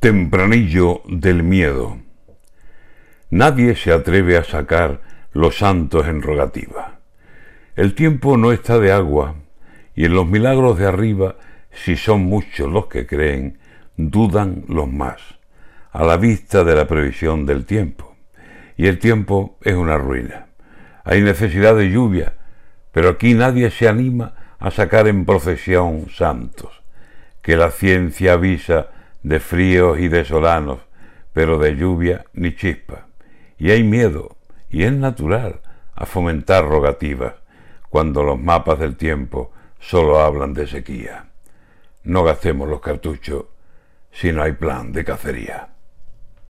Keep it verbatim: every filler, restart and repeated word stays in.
Tempranillo del miedo. Nadie se atreve a sacar los santos en rogativa. El tiempo no está de agua, y en los milagros de arriba, si son muchos los que creen, dudan los más, a la vista de la previsión del tiempo. Y el tiempo es una ruina. Hay necesidad de lluvia, pero aquí nadie se anima a sacar en procesión santos, que la ciencia avisa de fríos y de solanos, pero de lluvia ni chispa. Y hay miedo, y es natural, a fomentar rogativas, cuando los mapas del tiempo solo hablan de sequía. No gastemos los cartuchos si no hay plan de cacería.